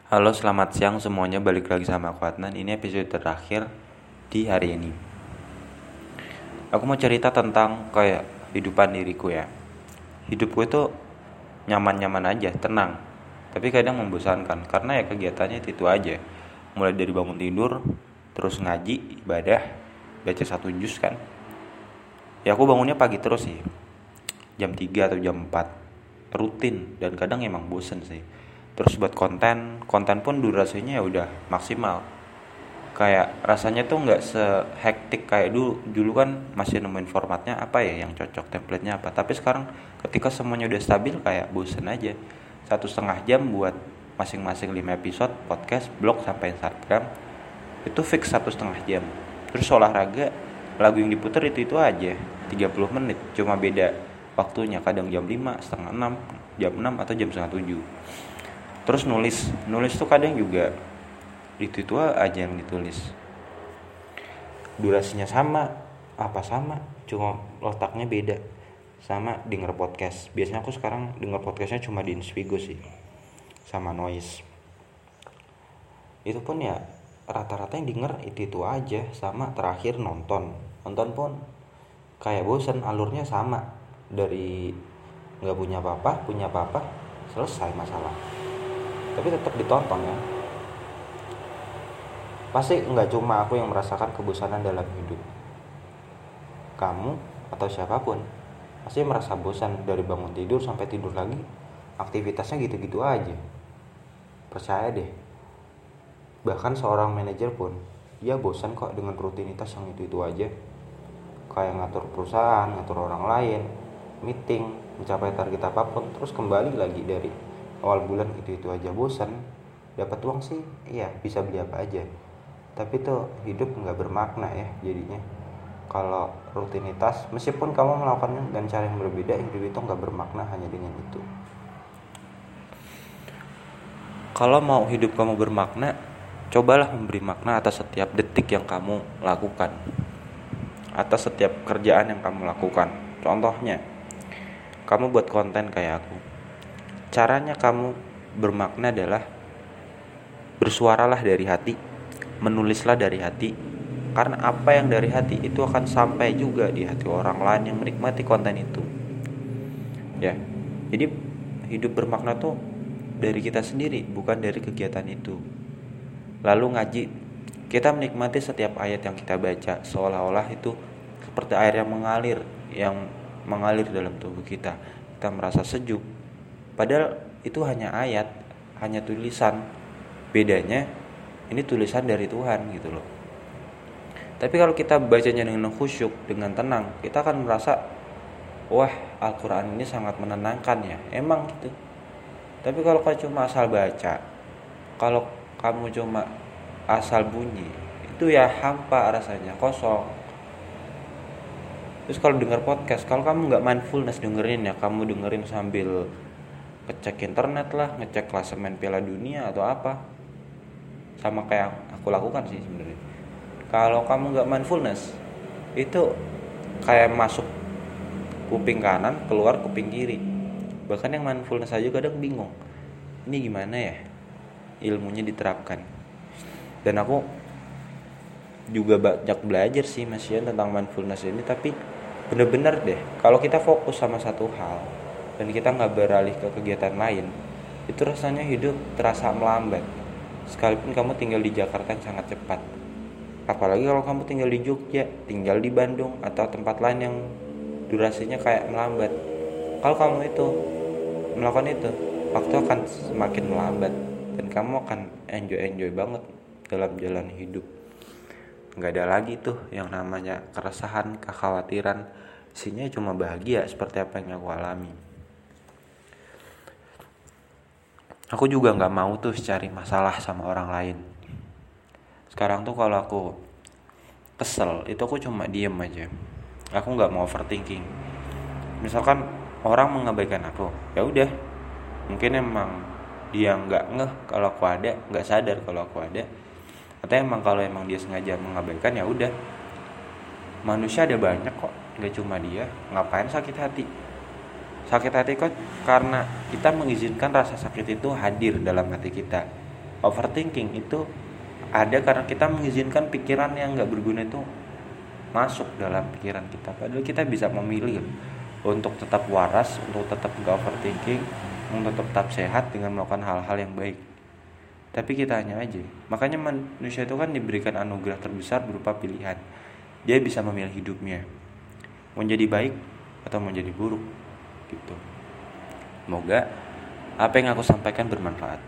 Halo, selamat siang semuanya. Balik lagi sama aku Adnan. Ini episode terakhir di hari ini. Aku mau cerita tentang kayak kehidupan diriku ya. Hidupku itu nyaman-nyaman aja, tenang. Tapi kadang membosankan karena ya kegiatannya itu aja. Mulai dari bangun tidur, terus ngaji, ibadah, baca satu juz kan. Ya aku bangunnya pagi terus sih. Jam 3 atau jam 4. Rutin dan kadang emang bosen sih. Terus buat konten pun durasinya ya udah maksimal. Kayak rasanya tuh nggak sehektik kayak dulu kan masih nemuin formatnya apa ya yang cocok, templatenya apa. Tapi sekarang ketika semuanya udah stabil kayak bosen aja. 1,5 jam buat masing-masing 5 episode podcast, blog sampai Instagram itu fix 1,5 jam. Terus olahraga, lagu yang diputer itu aja 30 menit, cuma beda waktunya, kadang jam 5, setengah 6, jam 6 atau jam setengah 7. Terus nulis tuh kadang juga itu aja yang ditulis, durasinya sama, apa sama, cuma letaknya beda. Sama denger podcast, biasanya aku sekarang denger podcastnya cuma di Inspigo sih, sama Noise. Itu pun ya rata-rata yang denger itu aja. Sama terakhir nonton pun kayak bosen, alurnya sama, dari nggak punya apa-apa selesai masalah, tapi tetap ditonton ya. Pasti nggak cuma aku yang merasakan kebosanan dalam hidup. Kamu atau siapapun pasti merasa bosan dari bangun tidur sampai tidur lagi, aktivitasnya gitu-gitu aja. Percaya deh, bahkan seorang manajer pun dia bosan kok dengan rutinitas yang itu aja. Kayak ngatur perusahaan, ngatur orang lain, meeting, mencapai target apapun, terus kembali lagi dari awal bulan itu aja. Bosan. Dapat uang sih iya, bisa beli apa aja, tapi tuh hidup nggak bermakna ya jadinya. Kalau rutinitas, meskipun kamu melakukannya dengan cara yang berbeda, hidup itu nggak bermakna hanya dengan itu. Kalau mau hidup kamu bermakna, cobalah memberi makna atas setiap detik yang kamu lakukan, atas setiap kerjaan yang kamu lakukan. Contohnya, kamu buat konten kayak aku. Caranya kamu bermakna adalah bersuaralah dari hati, menulislah dari hati. Karena apa yang dari hati itu akan sampai juga di hati orang lain yang menikmati konten itu. Ya. Jadi hidup bermakna tuh dari kita sendiri, bukan dari kegiatan itu. Lalu ngaji, kita menikmati setiap ayat yang kita baca seolah-olah itu seperti air yang mengalir dalam tubuh kita. Kita merasa sejuk. Padahal itu hanya ayat, hanya tulisan. Bedanya ini tulisan dari Tuhan gitu loh. Tapi kalau kita bacanya dengan khusyuk, dengan tenang, kita akan merasa, wah, Al-Quran ini sangat menenangkan ya. Emang gitu. Tapi kalau kamu cuma asal baca, kalau kamu cuma asal bunyi, itu ya hampa rasanya, kosong. Terus kalau dengar podcast, kalau kamu nggak mindfulness dengerin ya, kamu dengerin sambil ngecek internet lah, ngecek klasemen Piala Dunia atau apa, sama kayak aku lakukan sih sebenarnya. Kalau kamu nggak mindfulness, itu kayak masuk kuping kanan, keluar kuping kiri. Bahkan yang mindfulness aja kadang bingung, ini gimana ya ilmunya diterapkan. Dan aku juga banyak belajar sih masih tentang mindfulness ini. Tapi bener-bener deh, kalau kita fokus sama satu hal dan kita nggak beralih ke kegiatan lain, itu rasanya hidup terasa melambat. Sekalipun kamu tinggal di Jakarta yang sangat cepat, apalagi kalau kamu tinggal di Jogja, tinggal di Bandung atau tempat lain yang durasinya kayak melambat. Kalau kamu itu melakukan itu, waktu akan semakin melambat dan kamu akan enjoy banget dalam jalan hidup. Nggak ada lagi tuh yang namanya keresahan, kekhawatiran. Isinya cuma bahagia seperti apa yang aku alami. Aku juga nggak mau tuh cari masalah sama orang lain. Sekarang tuh kalau aku kesel, itu aku cuma diem aja. Aku nggak mau overthinking. Misalkan orang mengabaikan aku, ya udah, mungkin emang dia nggak ngeh kalau aku ada, nggak sadar kalau aku ada, atau emang kalau emang dia sengaja mengabaikan, ya udah. Manusia ada banyak kok, nggak cuma dia. Ngapain sakit hati? Sakit hati kok karena kita mengizinkan rasa sakit itu hadir dalam hati kita. Overthinking itu ada karena kita mengizinkan pikiran yang nggak berguna itu masuk dalam pikiran kita. Padahal kita bisa memilih untuk tetap waras, untuk tetap nggak overthinking, untuk tetap sehat dengan melakukan hal-hal yang baik. Tapi kita hanya aja. Makanya manusia itu kan diberikan anugerah terbesar berupa pilihan. Dia bisa memilih hidupnya, mau jadi baik atau mau jadi buruk gitu. Semoga apa yang aku sampaikan bermanfaat.